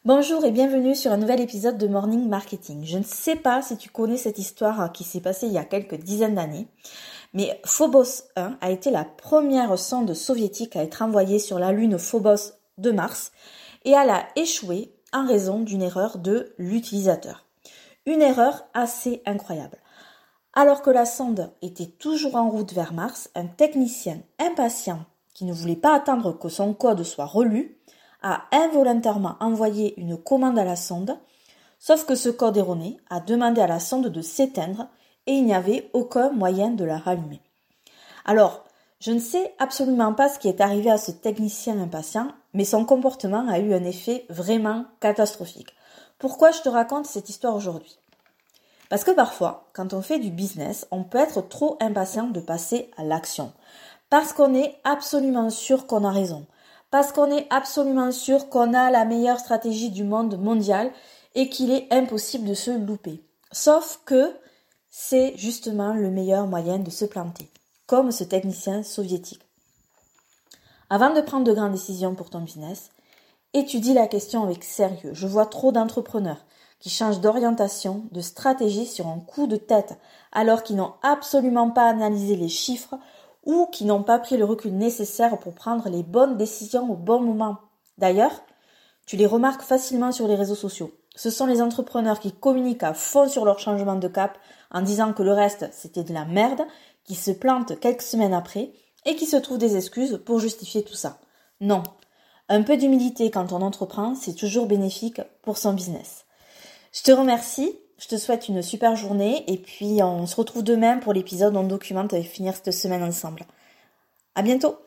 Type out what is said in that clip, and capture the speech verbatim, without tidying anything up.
Bonjour et bienvenue sur un nouvel épisode de Morning Marketing. Je ne sais pas si tu connais cette histoire qui s'est passée il y a quelques dizaines d'années, mais Phobos un a été la première sonde soviétique à être envoyée sur la lune Phobos de Mars et elle a échoué en raison d'une erreur de l'utilisateur. Une erreur assez incroyable. Alors que la sonde était toujours en route vers Mars, un technicien impatient qui ne voulait pas attendre que son code soit relu a involontairement envoyé une commande à la sonde, sauf que ce code erroné a demandé à la sonde de s'éteindre et il n'y avait aucun moyen de la rallumer. Alors, je ne sais absolument pas ce qui est arrivé à ce technicien impatient, mais son comportement a eu un effet vraiment catastrophique. Pourquoi je te raconte cette histoire aujourd'hui ? Parce que parfois, quand on fait du business, on peut être trop impatient de passer à l'action. Parce qu'on est absolument sûr qu'on a raison. Parce qu'on est absolument sûr qu'on a la meilleure stratégie du monde mondial et qu'il est impossible de se louper. Sauf que c'est justement le meilleur moyen de se planter, comme ce technicien soviétique. Avant de prendre de grandes décisions pour ton business, étudie la question avec sérieux. Je vois trop d'entrepreneurs qui changent d'orientation, de stratégie sur un coup de tête, alors qu'ils n'ont absolument pas analysé les chiffres ou qui n'ont pas pris le recul nécessaire pour prendre les bonnes décisions au bon moment. D'ailleurs, tu les remarques facilement sur les réseaux sociaux. Ce sont les entrepreneurs qui communiquent à fond sur leur changement de cap en disant que le reste c'était de la merde, qui se plantent quelques semaines après et qui se trouvent des excuses pour justifier tout ça. Non, un peu d'humilité quand on entreprend, c'est toujours bénéfique pour son business. Je te remercie. Je te souhaite une super journée et puis on se retrouve demain pour l'épisode On documente et finir cette semaine ensemble. À bientôt!